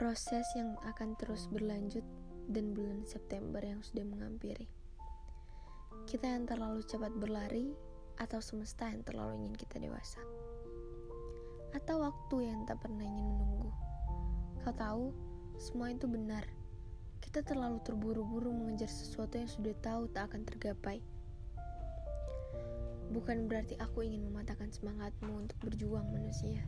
Proses yang akan terus berlanjut dan bulan September yang sudah menghampiri. Kita yang terlalu cepat berlari, atau semesta yang terlalu ingin kita dewasa, atau waktu yang tak pernah ingin menunggu. Kau tahu, semua itu benar. Kita terlalu terburu-buru mengejar sesuatu yang sudah tahu tak akan tergapai. Bukan berarti aku ingin mematahkan semangatmu untuk berjuang, manusia.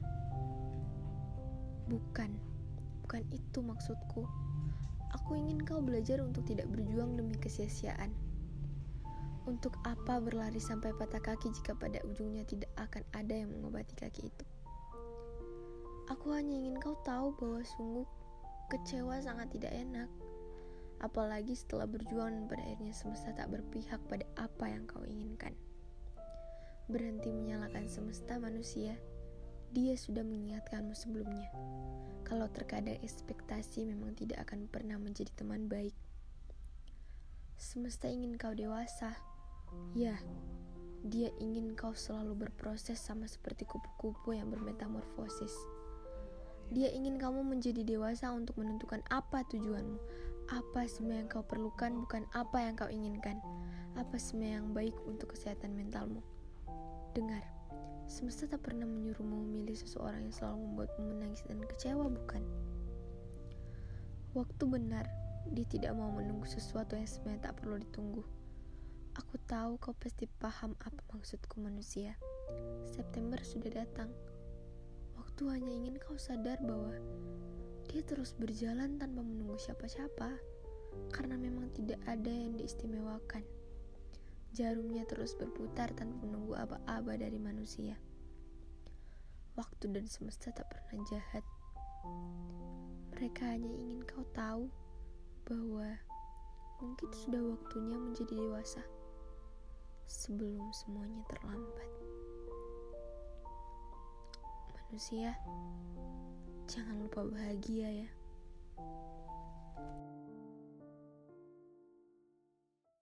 Bukan itu maksudku. Aku ingin kau belajar untuk tidak berjuang demi kesia-siaan. Untuk apa berlari sampai patah kaki jika pada ujungnya tidak akan ada yang mengobati kaki itu? Aku hanya ingin kau tahu bahwa sungguh kecewa sangat tidak enak. Apalagi setelah berjuang dan pada akhirnya semesta tak berpihak pada apa yang kau inginkan. Berhenti menyalahkan semesta, manusia. Dia sudah mengingatkanmu sebelumnya. Kalau terkadang ekspektasi memang tidak akan pernah menjadi teman baik. Semesta ingin kau dewasa. Ya, dia ingin kau selalu berproses sama seperti kupu-kupu yang bermetamorfosis. Dia ingin kamu menjadi dewasa untuk menentukan apa tujuanmu, apa semua yang kau perlukan, bukan apa yang kau inginkan, apa semua yang baik untuk kesehatan mentalmu. Dengar, semesta tak pernah menyuruhmu memilih seseorang yang selalu membuatmu menangis dan kecewa, bukan? Waktu benar, dia tidak mau menunggu sesuatu yang sebenarnya tak perlu ditunggu. Aku tahu kau pasti paham apa maksudku, manusia. September sudah datang. Waktu hanya ingin kau sadar bahwa dia terus berjalan tanpa menunggu siapa-siapa, karena memang tidak ada yang diistimewakan. Jarumnya terus berputar tanpa menunggu aba-aba dari manusia. Waktu dan semesta tak pernah jahat. Mereka hanya ingin kau tahu bahwa mungkin sudah waktunya menjadi dewasa sebelum semuanya terlambat. Manusia, jangan lupa bahagia ya.